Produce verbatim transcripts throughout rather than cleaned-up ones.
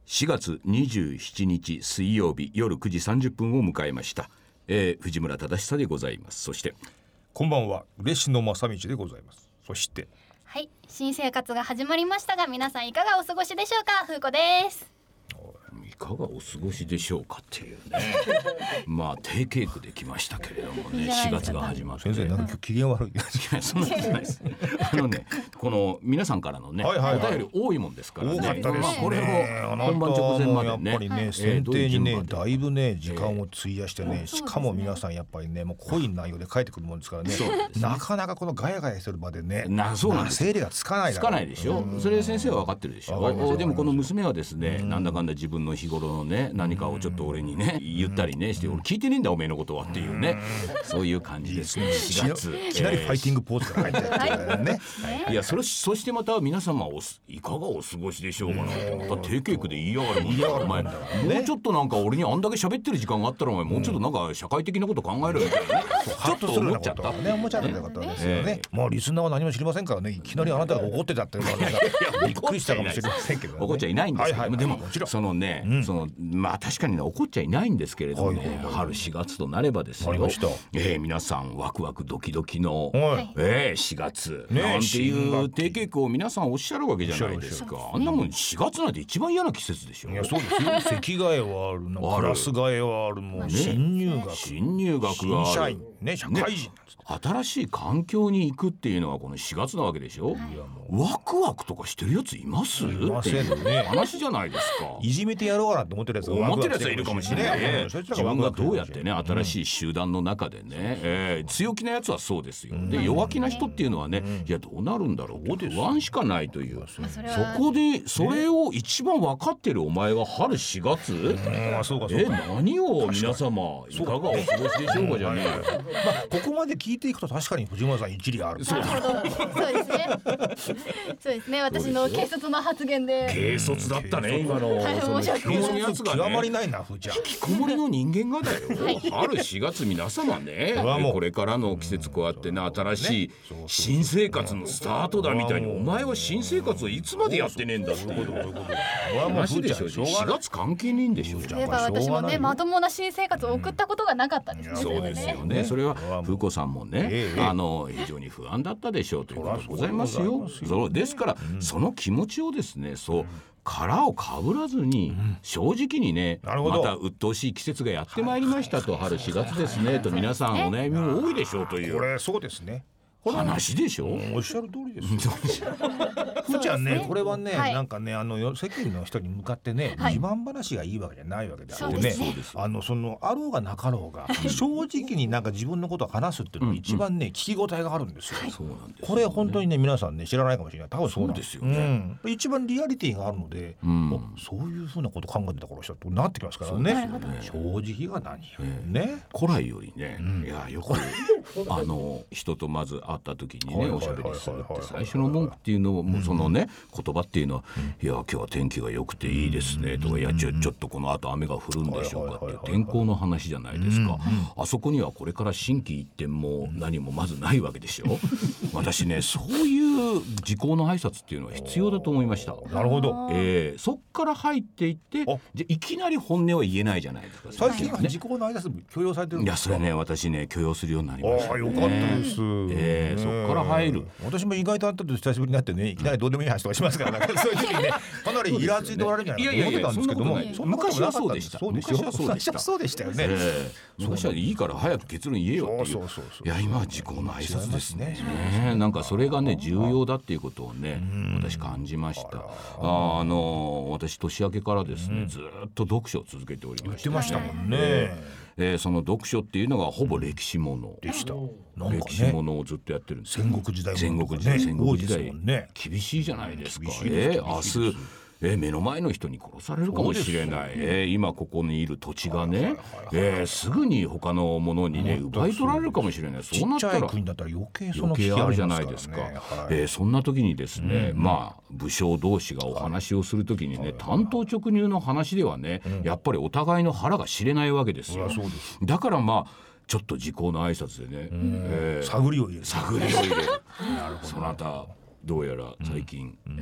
しがつにじゅうしちにち水曜日夜くじさんじゅっぷんを迎えました、えー、藤村忠久でございます。そしてこんばんは、嬉野正道でございます。そしてはい、新生活が始まりましたが皆さんいかがお過ごしでしょうか。風子です。 いかがお過ごしでしょうかっていうねまあ低稽古できましたけれどもね、しがつが始まって、 先生なんか今日機嫌悪いそんなことないですあのね、この皆さんからのね、はいはいはい、お便り多いもんですからね、 多かったですね、 まあ、これを本番直前までね、 やっぱりね、はい、選定にねだいぶね時間を費やしてね、えー、しかも皆さんやっぱりねもう濃い内容で書いてくるもんですからね、なかなかこのガヤガヤするまでねなそうなんです、 整理がつかないつかないでしょ。それ先生は分かってるでしょ。でもこの娘はですね、なんだかんだ自分の日頃のね何かをちょっと俺にね言ったりねして、俺聞いてねえんだおめえのことはっていうね、そういう感じですね。しがついきなりファイティングポーズから入ってってねいやそれそしてまた皆様おいかがお過ごしでしょうかな、また低稽古で言いやがるもんだお前、もうちょっとなんか俺にあんだけ喋ってる時間があったらお前もうちょっとなんか社会的なこと考えろよみたいなね、ちょっと思っちゃったね、思っちゃったってことですよね。もうリスナーは何も知りませんからね、いきなりあなたが怒ってたっていうのはびっくりしたかもしれませんけど、 怒っちゃいないんですけど、はいはい、でもそのね、うん、そのまあ確かにね怒っちゃいないんですけれどもね、はいはいはい、春しがつとなればですよ、えー、皆さんワクワクドキドキの、はい、えー、しがつ、ね、なんていう低稽古を皆さんおっしゃるわけじゃないですか。あんなもんしがつなんて一番嫌な季節でしょ。 いやそうですよ席替えはあるの、クラス替えはある、もう新入学、 新入学がある、 新社員ね、社会人、ね、 新しい環境に行くっていうのはこのしがつなわけでしょ、はい、ワクワクとかしてるやついますいませんね、 話じゃないですか。 いじめてやろうかなと思ってるやつ思ってるやつはいるかもしれない、ね、自分がどうやってね新しい集団の中でね、うん、えー、強気なやつはそうですよ、うん、で弱気な人っていうのはね、うん、いやどうなるんだろうって不安しかないという、うん、そこでそれを一番分かってるお前が春しがつ、うん、 あそうかそうか、 え何を皆様いかがお過ごしでしょうかじゃねえよ、まあ、 ここまで聞いていくと確かに藤村さん一理ある。 なるほど、そうですねそうですね、私の軽率な発言で軽率だったね今の、 はい、申し訳ない、 やつがね、 極まりないな、ふーちゃん引きこもりの人間がだよ、はい、春しがつ皆様ねこれからの季節こうやってね新しい新生活のスタートだみたいに、お前は新生活をいつまでやってねえんだっていう話でしょ。しがつ関係ねえんでしょ。 やっぱ私もねまともな新生活を送ったことがなかったですね、うん、 そうですよね。それは風子さんもね、ええ、あの非常に不安だったでしょうということでございますよ。そうですから、うん、その気持ちをですねそう、うん、殻をかぶらずに正直にね、うん、また鬱陶しい季節がやってまいりましたと、春しがつですねと皆さんお悩みも多いでしょうという、 これそうですね話でしょ、 うん、おっしゃる通りですよふーちゃんね、これはね、はい、なんかねあの世間の人に向かってね、はい、自慢話がいいわけじゃないわけであってね、あのそのあろうがなかろうが正直になんか自分のことを話すっていうのが一番ね、うん、聞き応えがあるんですよ、はい、そうなんですよね。これ本当にね皆さんね知らないかもしれない、多分そうなんですよね、うん、一番リアリティがあるので、うん、そういうふうなこと考えてた頃人となってきますからね、ね、正直が何よ、えー、ね、 古来よりね、うん、いやよくあの人とまず会った時にねおしゃべりするって最初の文句っていうのもそのね言葉っていうのは、いや今日は天気が良くていいですねとか、いやちょちょっとこの後雨が降るんでしょうかって天候の話じゃないですか。あそこにはこれから心機一転も何もまずないわけでしょ私ねそういう時効の挨拶っていうのは必要だと思いました。 なるほど、 えー、そっから入っていってじゃいきなり本音は言えないじゃないですか。 最近は時効の挨拶許容されてるんですか。 いやそれね私ね許容するようになりました、ね、 あよかったです、 えー、そっから入る。 私も意外とあったと久しぶりになってねいきなりどうでもいい話とかしますから、ね、そういう時にねかなりイラついておられるんじゃないかと思ってたんですけども、 昔はそうでした。 昔はそうでしたよね、 えー、昔はいいから早く結論言えよっていう。そうそうそうそう、いや今は時効の挨拶ですね。ねなんかそれがね重要だっていうことをね私感じました。ああの私年明けからですねずっと読書を続けておりました。 言ってましたもんね、 えー、その読書っていうのがほぼ歴史ものでした。 なんかね、歴史ものをずっとやってるんです。 戦国時代も、ね、 戦国時代戦国時代、ね、厳しいじゃないですか。えー、明日えー、目の前の人に殺されるかもしれない、えー、今ここにいる土地がね、えー、すぐに他のものにね奪い取られるかもしれない。そうなったらちっちゃい国だったら余計その危機あるじゃないですか、はいえー、そんな時にですね、うん、まあ武将同士がお話をする時にね、はい、単刀直入の話ではね、うん、やっぱりお互いの腹が知れないわけですよ。 そうです。 だからまあちょっと時効の挨拶でね、うんえー、探りを入れる探りを入れるなるほど。そなたどうやら最近、うんうん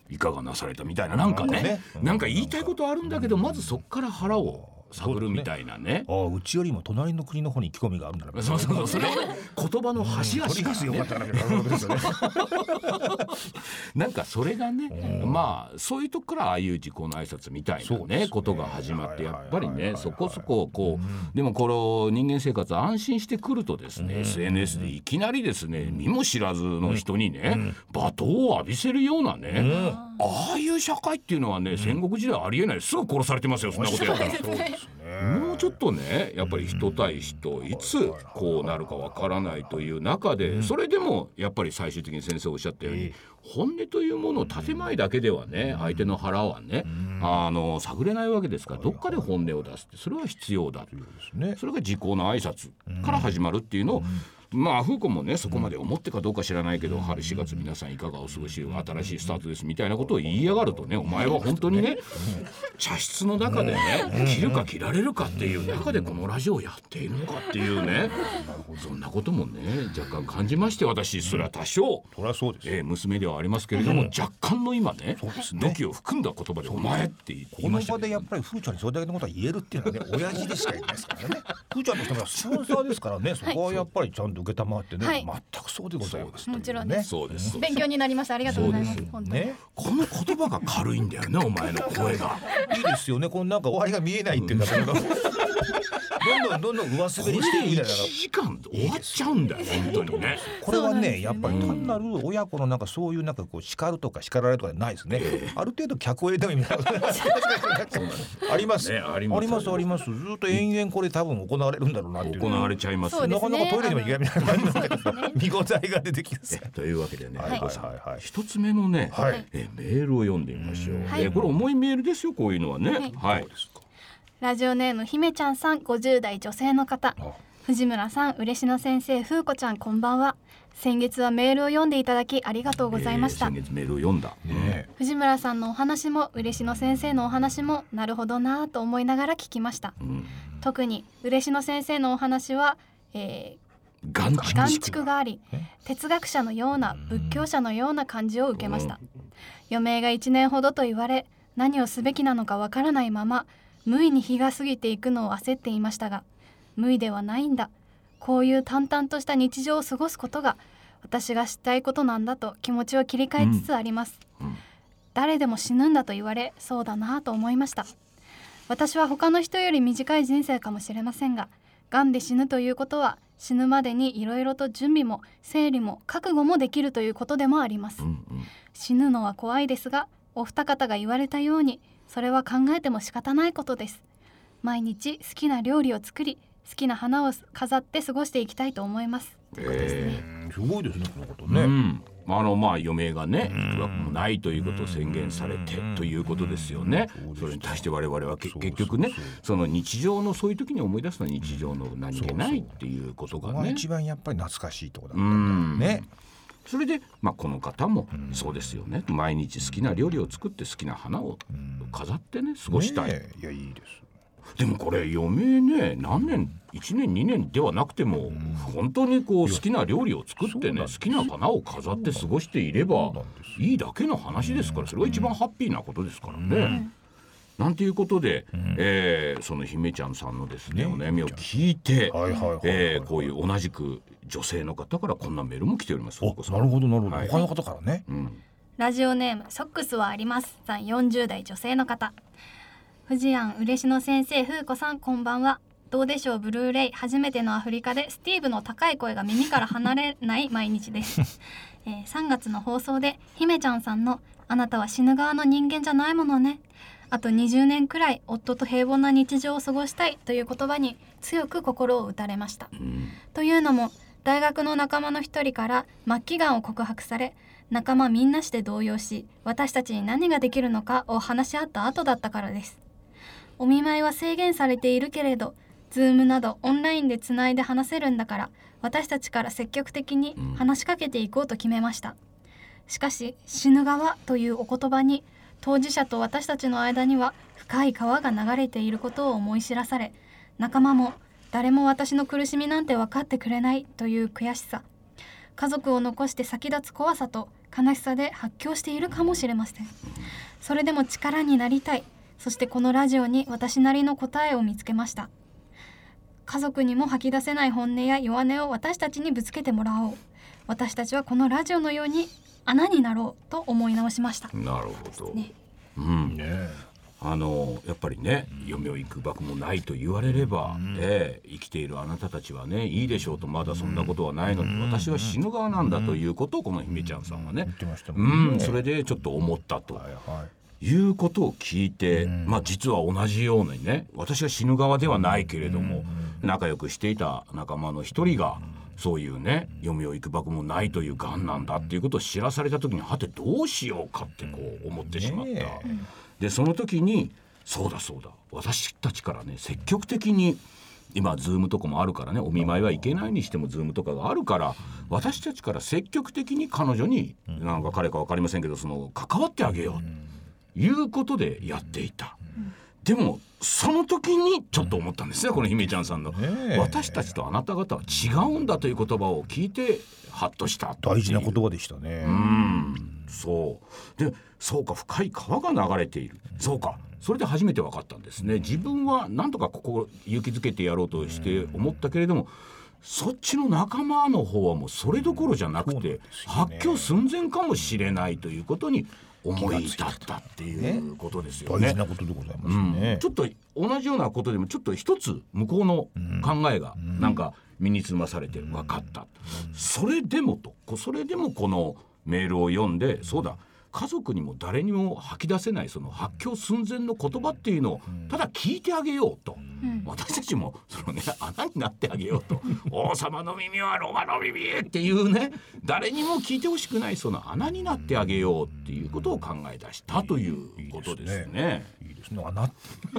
いかがなされたみたいな、なんかね、ね、なんか言いたいことあるんだけど、まずそっから腹を探るみたいなね。 ああ、うちよりも隣の国の方に意気込みがあるんだな。 そうそうそう、それ言葉の端々がね、なんかそれがね、まあそういうとこからああいう自己の挨拶みたいなねことが始まって、やっぱりねそこそここう、でもこの人間生活安心してくるとですね、 エスエヌエス でいきなりですね、見も知らずの人にね罵倒を浴びせるようなね、ああいう社会っていうのはね、戦国時代ありえない。すぐ殺されてますよ、そんなことやったら。もうちょっとね、やっぱり人対人いつこうなるかわからないという中で、それでもやっぱり最終的に先生おっしゃったように、本音というものを建前だけではね、相手の腹はね、あの探れないわけですから、どっかで本音を出すって、それは必要だというですね。それが時効の挨拶から始まるっていうのを、まあ風子もねそこまで思ってかどうか知らないけど、春しがつ皆さんいかがお過ごし、新しいスタートですみたいなことを言いやがるとね、お前は本当にね茶室の中でね切るか切られるかっていう中でこのラジオをやっているのかっていうね、そんなこともね若干感じまして、私それは多少、 そりゃそうです、 えー、娘ではありますけれども、若干の今ね度胸を含んだ言葉でお前って言いましたこの場でやっぱり風ちゃんにそれだけのことは言えるっていうのはね、親父でしか言えないですからね。風ちゃんとしてもスポンサーですからね、そこはやっぱりちゃんと受けたまってね、はい、全くそうでございます。 もちろんね、 そうです。 勉強になりました。ありがとうございます。本当に、 ね、この言葉が軽いんだよね、お前の声が。 いいですよね。このなんか終わりが見えないっていうか、どんどんどんどん上滑りしていくみたいな。 いちじかんで終わっちゃうんだよ、本当にね。 これはね、やっぱり単なる親子のなんかそういうなんかこう叱るとか叱られるとかないですね。ある程度客を入れてもいいみたいな。あります。ありますあります。ずっと延々これ多分行われるんだろうなっていう。 行われちゃいます。 なかなかトイレにも行けないみたいな感じなんだけど、見応えが出てきます。 というわけでね、一つ目のねメールを読んでみましょう。これ重いメールですよ、こういうのはね。はい。 ラジオネームひめちゃんさん、ごじゅう代女性の方。藤村さん、嬉野先生、風子ちゃん、こんばんは。先月はメールを読んでいただきありがとうございました。 先月メールを読んだ、ね、 藤村さんのお話も嬉野先生のお話もなるほどなぁと思いながら聞きました、うん、特に嬉野先生のお話は、えー、眼蓄があり、哲学者のような仏教者のような感じを受けました、うん、余命がいちねんほどと言われ、何をすべきなのかわからないまま無意に日が過ぎていくのを焦っていましたが、無意ではないんだ、こういう淡々とした日常を過ごすことが私がしたいことなんだと気持ちを切り替えつつあります、うんうん、誰でも死ぬんだと言われ、そうだなと思いました。私は他の人より短い人生かもしれませんが、癌で死ぬということは死ぬまでにいろいろと準備も整理も覚悟もできるということでもあります、うんうん、死ぬのは怖いですが、お二方が言われたようにそれは考えても仕方ないことです。毎日好きな料理を作り、好きな花を飾って過ごしていきたいと思います。 えー、すごいですね、このことね、うん、 あのまあ余命がね暗くもないということを宣言されてということですよね。それに対して我々は結局ね、その日常のそういう時に思い出すのは日常の何気ないっていうことがね、 そこが一番やっぱり懐かしいところだったんだよね。 それで、まあ、この方もそうですよね、毎日好きな料理を作って好きな花を飾ってね過ごしたい、ね、 いやいいです。 でもこれ余命ね、何年いちねんにねんではなくても、うん、本当にこう好きな料理を作ってね、好きな花を飾って過ごしていればいいだけの話ですから、それが一番ハッピーなことですからね、うん、なんていうことで、うんえー、その姫ちゃんさんのですね、ねお悩みを聞いて、こういう同じく女性の方からこんなメールも来ております。 なるほどなるほど、はい、他の方からね、うん、 ラジオネームソックスはありますさん、よんじゅう代女性の方。藤庵嬉野先生、風子さん、こんばんは。どうでしょう、ブルーレイ初めてのアフリカでスティーブの高い声が耳から離れない毎日です、えー、さんがつの放送で姫ちゃんさんのあなたは死ぬ側の人間じゃないものね、あとにじゅうねんくらい夫と平凡な日常を過ごしたいという言葉に強く心を打たれました、うん、というのも大学の仲間の一人から末期がんを告白され、仲間みんなして動揺し、私たちに何ができるのかを話し合った後だったからです。お見舞いは制限されているけれど、ズームなどオンラインでつないで話せるんだから、私たちから積極的に話しかけていこうと決めました。しかし死ぬ側というお言葉に、当事者と私たちの間には深い川が流れていることを思い知らされ、仲間も誰も私の苦しみなんて分かってくれないという悔しさ、家族を残して先立つ怖さと悲しさで発狂しているかもしれません。それでも力になりたい。そしてこのラジオに私なりの答えを見つけました。家族にも吐き出せない本音や弱音を私たちにぶつけてもらおう。私たちはこのラジオのように穴になろうと思い直しました。 なるほど、ね、うんね、あのやっぱりね、嫁を行くばくもないと言われれば、うんえー、生きているあなたたちはねいいでしょうと、まだそんなことはないのに、うん、私は死ぬ側なんだということをこの姫ちゃんさんはね、うん、言ってましたもんね。うん、それでちょっと思ったと、はいはいいうことを聞いて、うんまあ、実は同じようにね、私は死ぬ側ではないけれども、うん、仲良くしていた仲間の一人が、うん、そういうね嫁を行くばくもないというがんなんだっていうことを知らされた時に、はてどうしようかってこう思ってしまった、ね、でその時にそうだそうだ、私たちからね積極的に今ズームとかもあるからね、お見舞いはいけないにしてもズームとかがあるから、私たちから積極的に彼女に、なんか彼か分かりませんけど、その関わってあげよういうことでやっていた。でもその時にちょっと思ったんですね、この姫ちゃんさんの、私たちとあなた方は違うんだという言葉を聞いてハッとした。 大事な言葉でしたね。 うんそうで、そうか、深い川が流れている、そうか、それで初めて分かったんですね。自分はなんとかここ勇気づけてやろうとして思ったけれども、そっちの仲間の方はもうそれどころじゃなくて、ね、発狂寸前かもしれないということに思い立ったっていうことですよね。 大事なことでございますね、 うん、ちょっと同じようなことでもちょっと一つ向こうの考えがなんか身につまされて分かった、うんうん、それでもとそれでもこのメールを読んで、そうだ、家族にも誰にも吐き出せないその発狂寸前の言葉っていうのをただ聞いてあげようと、うん、私たちもその、ね、穴になってあげようと王様の耳はロバの耳っていうね、誰にも聞いてほしくないその穴になってあげようっていうことを考え出したということですね。 いいですね、穴こ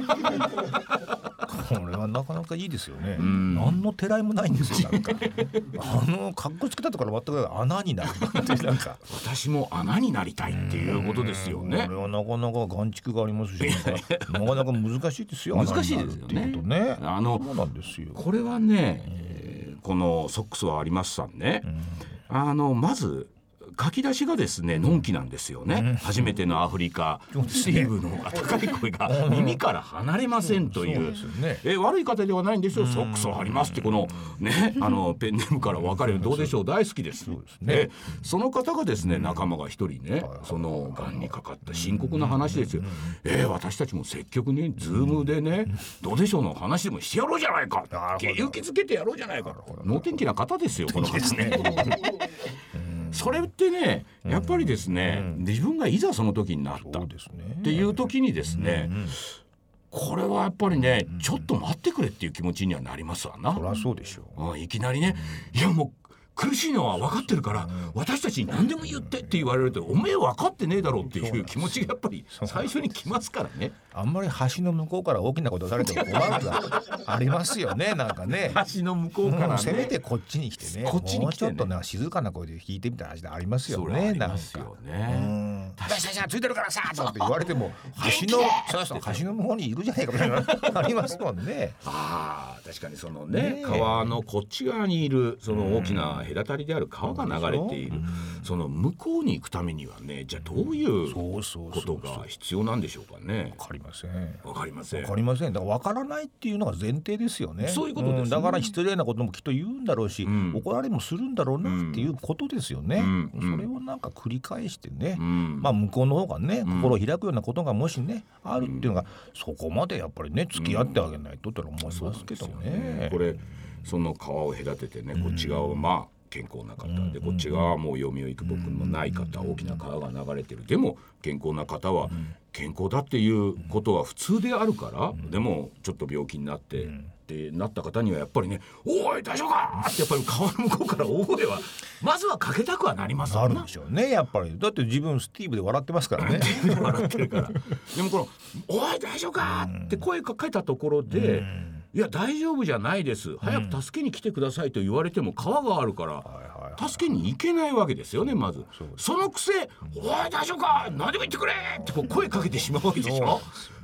れはなかなかいいですよね。何のてらいもないんですよ。なんかあのかっこつけたところ全く穴になるってなんか私も穴になりたいっていうことですよね。 これはなかなか眼蓄がありますし、なかなか難しいですよ。 難しいですよね。 ね、あのそうなんですよ。 これはね、えー、このソックスはありますさんね、うん、あのまず書き出しがですね、のんきなんですよね、うん、初めてのアフリカ、うん、スティーブの温かい声が耳から離れませんという、うん、ね、え悪い方ではないんですよ、ソックスを貼りますってこのね、あのペンネームから分かるようにどうでしょう、大好きです。そうですね、えその方がですね、仲間が一人ね、そのがんにかかった深刻な話ですよ。えー、私たちも積極にズームでね、どうでしょうの話でもしてやろうじゃないか、勇気づけてやろうじゃないか、能天気な方ですよこの方ですね。それってね、やっぱりですね、うん、自分がいざその時になったっていう時にですね、うんうん、これはやっぱりね、うん、ちょっと待ってくれっていう気持ちにはなりますわな。 そりゃそうでしょう、 うん、いきなりね、いやもう苦しいのは分かってるから、うん、私たちに何でも言ってって言われると、おめえ分かってねえだろうっていう気持ちがやっぱり最初に来ますからね。 あんまり橋の向こうから大きなことされても困るがありますよね。なんかね、 橋の向こうから、ね、 せめてこっちに来てね、こっちに来てね、もうちょっとね静かな声で弾いてみたいな話でありますよね。 それありますよね。 私たちはついてるからさとかって言われても橋のそうそう橋の向こうにいるじゃないかみたいなありますもんね。 ああ、確かにそのね、ね、川のこっち側にいるその大きな隔たりである川が流れている、その向こうに行くためにはね、じゃあどういうことが必要なんでしょうかね。 わかりません。 わかりません。 わかりません。だからわからないっていうのが前提ですよね。 そういうことですね、うん、 だから失礼なこともきっと言うんだろうし、うん、怒られもするんだろうなっていうことですよね、うんうん、それをなんか繰り返してね、うん、まあ向こうの方がね、心を開くようなことがもしねあるっていうのが、そこまでやっぱりね付き合ってあげないとって思いますけどね、うん、 これその川を隔ててね、こっち側はまあ健康な方で、こっち側はもう読みを行く僕のない方、大きな川が流れてる。でも健康な方は健康だっていうことは普通であるから、でもちょっと病気になってってなった方にはやっぱりね、おい大丈夫かってやっぱり川の向こうから大声はまずはかけたくはなりますよね。 なるでしょうね、やっぱり。だって自分スティーブで笑ってますからね。 スティーブで笑ってるから。でもこのおい大丈夫かって声かけたところで、いや大丈夫じゃないです、早く助けに来てくださいと言われても川があるから助けに行けないわけですよね。まず そ, そのくせ、おい大丈夫か何でも言ってくれってこう声かけてしまうわけでしょ。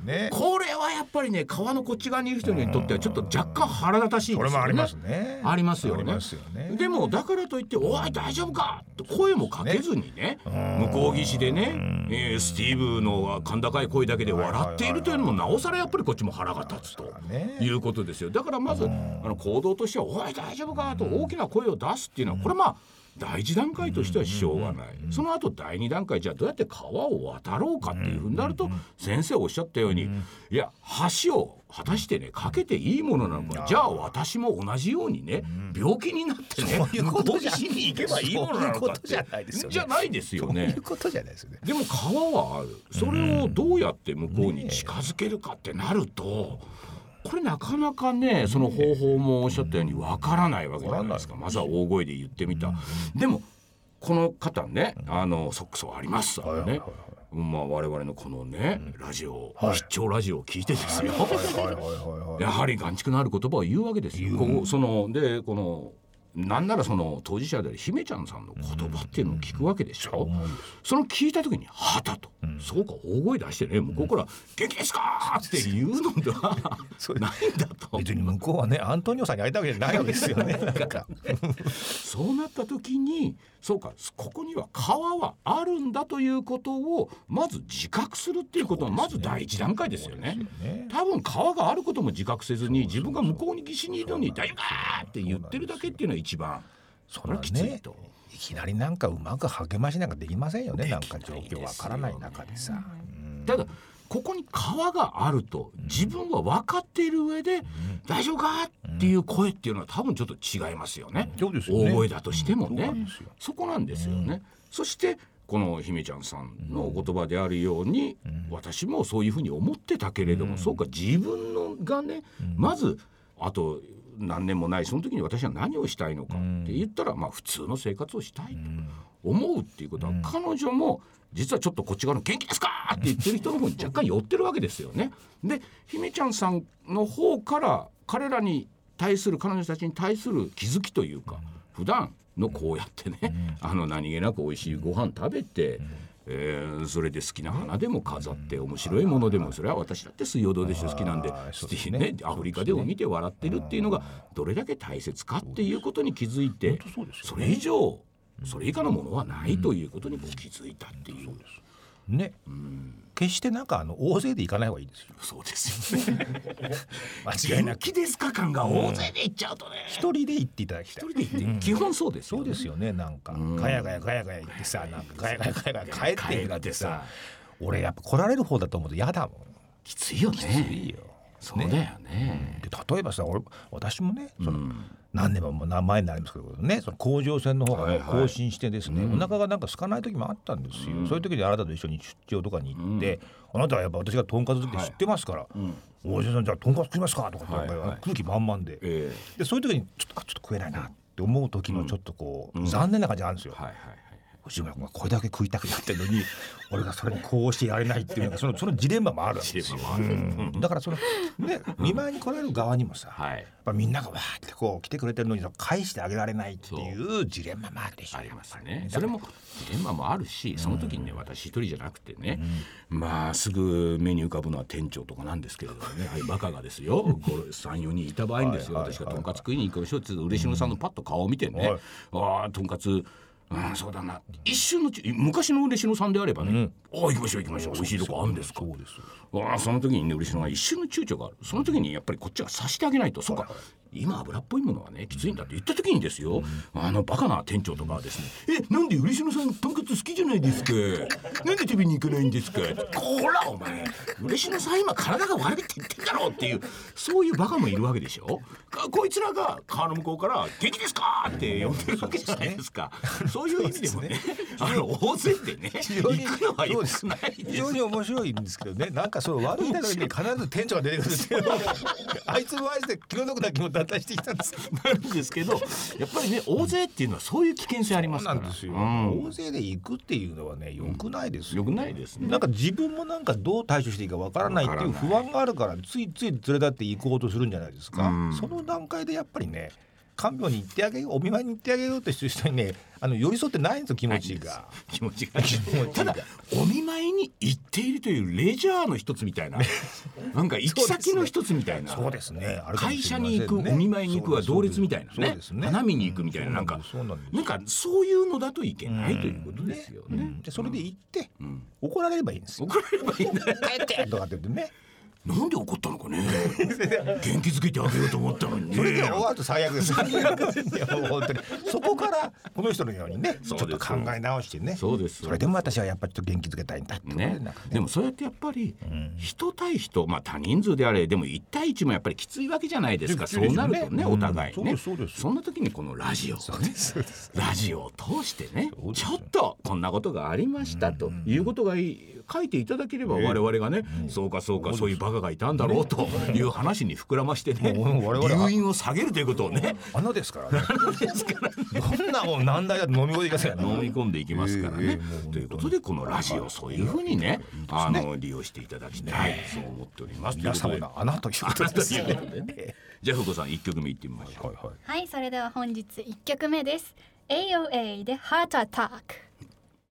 ね、 これはやっぱりね川のこっち側にいる人にとってはちょっと若干腹立たしいですよね。 これもありますね。 ありますよね。 ありますよね。 でもだからといっておい大丈夫かと声もかけずにね、向こう岸でね、えー、スティーブの甲高い声だけで笑っているというのもなおさらやっぱりこっちも腹が立つということですよ。だからまずあの行動としてはおい大丈夫かと大きな声を出すっていうのはこれまあ第一段階としてはしょうがない。その後第二段階じゃあどうやって川を渡ろうかっていうふうになると先生おっしゃったようにいや橋を果たしてねかけていいものなのか、じゃあ私も同じようにね病気になってね向こう岸に行けばいいものなのかってじゃないですよね。 そういうことじゃないですよね。 でも川はある。それをどうやって向こうに近づけるかってなるとこれなかなかねその方法もおっしゃったようにわからないわけじゃないですか。まずは大声で言ってみた。でもこの方ねあのソックスはありますあのね、まあ、我々のこのねラジオ必聴ラジオを聞いてですよやはり眼蓄のある言葉を言うわけですよ。ここそのでこのなんならその当事者である姫ちゃんさんの言葉っていうのを聞くわけでしょ、うん、その聞いた時にはたと、うん、そうか大声出してね向こうから、うん、元気ですかって言うのではないんだと。 別に向こうはねアントニオさんに会いたわけじゃないわけですよねなんかそうなった時にそうかここには川はあるんだということをまず自覚するっていうことはまず第一段階ですよね。多分川があることも自覚せずに自分が向こうに岸にいるのに大丈夫かって言ってるだけっていうのは一番それはきついと、ね、 いきなりなんかうまく励ましなんかできませんよね。なんか状況わからない中でさ、 うん、ただここに川があると自分は分かっている上で、うん、大丈夫かっていう声っていうのは多分ちょっと違いますよね、 うん、大声だとしてもね、うん、そこなんですよね、うん、そしてこの姫ちゃんさんのお言葉であるように、うん、私もそういうふうに思ってたけれども、うん、そうか自分のがね、うん、まずあと何年もないその時に私は何をしたいのかって言ったら、うん、まあ普通の生活をしたいと思うっていうことは、うん、彼女も実はちょっとこっち側の元気ですかって言ってる人の方に若干寄ってるわけですよね。で姫ちゃんさんの方から彼らに対する彼女たちに対する気づきというか、うん、普段のこうやってね、うん、あの何気なく美味しいご飯食べて、うんえー、それで好きな花でも飾って面白いものでもそれは私だって水曜どうでしょう好きなんでしてねアフリカでを見て笑ってるっていうのがどれだけ大切かっていうことに気づいてそれ以上それ以下のものはないということにも気づいたっていうね、うん、決してなんかあの大勢で行かない方がいいですよ。 そうですよね間違いなく元気ですか感が大勢で行っちゃうとね一人で行っていただきたい。 一人で行って、うん、基本そうですよね。 そうですよね。なんか、うん、ガヤガヤガヤガヤ言ってさなんかガヤガヤガヤガヤ帰っていくってさ俺やっぱ来られる方だと思うと嫌だもん。 きついよね。 きついよ。 そうだよね。 で例えばさ俺私もねその、うん何年も前になりますけどねその甲状腺の方が更新してですね、はいはい、お腹がなんか空かない時もあったんですよ、うん、そういう時にあなたと一緒に出張とかに行って、うん、あなたはやっぱ私がとんかつ好きで知ってますから、はいうん、おじさんじゃあとんかつ食いますかとかって、はいはい、空気満々で、えー、でそういう時にちょっと、あ、ちょっと食えないなって思う時のちょっとこう、うん、残念な感じがあるんですよ、はいはい内村君がこれだけ食いたくなってるのに俺がそれにこうしてやれないっていうのそのそのジレンマもあるんですよ、うん、だからそのね見舞いに来られる側にもさ、はい、やっぱみんながわーってこう来てくれてるのに返してあげられないっていうジレンマもあるでしょ。 ありますね。それもジレンマもあるしその時にね私一人じゃなくてね、うん、まあすぐ目に浮かぶのは店長とかなんですけれどもね、はい、バカがですよさんよにんいた場合にですよ、はいはいはいはい、私がとんかつ食いに行くでしょって嬉野さんのパッと顔を見てね、はい、ああとんかつうん、そうだな一瞬の昔の嬉野さんであればね、うん、ああ行きましょう行きましょう美味しいとこあるんですか。そうです。あその時にね嬉野が一瞬の躊躇がある。その時にやっぱりこっちがさしてあげないと、そうか、はいはい、今油っぽいものはねきついんだって言った時にですよ、うん、あのバカな店長とかはですね、えなんで嬉野さんとんかつ好きじゃないですかなんで食べに行かないんですかこらお前嬉野さん今体が悪いって言ってんだろうっていうそういうバカもいるわけでしょ。こいつらが川の向こうから元気ですかって呼んでるわけじゃないですか。そういう意味でもね、あの大勢でね行くのは良くないです。 非常に面白いんですけどね、なんかそう悪いなのに必ず店長が出てくるんですよあいつもあいつで気の毒な気も脱退してきたんですなんですけど、やっぱりね大勢っていうのはそういう危険性ありますから。 そうなんですよ、うん、大勢で行くっていうのはね良くないですよ、 ね、良くないですね。 なんか自分もなんかどう対処していいかわからないっていう不安があるからついつい連れ立って行こうとするんじゃないですか、うん、その段階でやっぱりね看病に行ってあげよう、お見舞いに行ってあげようとしてる人にね、あの寄り添ってないんですよ、気持ちが。 気持ちがただお見舞いに行っているというレジャーの一つみたいななんか行き先の一つみたいな、 そうですね、 会社に行く、お見舞いに行くは同列みたいなね、花見に行くみたいな、なんかなんかそういうのだといけないということですよね。 でそれで行って怒られればいいんですよ。 怒られればいいんだよ帰ってとかって言ってね、 なんで怒ったのかね元気づけてあげようと思ったのにね。 それで終わると最悪です最悪ですよ本当に。そこからこの人のようにねちょっと考え直してね、 そうです、 それでも私はやっぱりちょっと元気づけたいんだってね。 ね、でもそうやってやっぱり人対人、まあ多人数であれでもいち対いちもやっぱりきついわけじゃないですか。そうなるとね、お互いね、そんな時にこのラジオをね、ラジオを通してね、ちょっとこんなことがありましたということが書いていただければ、我々がね、そうかそうか、そういうバカがいたんだろうという話に膨らましてね、留飲を下げるということをね、 穴ですからねどんなもん何台だと飲み込んでいかせ飲み込んでいきますからね、ということでこのラジオそういうふうにね、あの利用していただきたい、そう思っております。 皆様の穴ということですよね。じゃあふうこさんいっきょくめいってみましょう。 はい、それでは本日いっきょくめです。エーオーエー でハートアタック。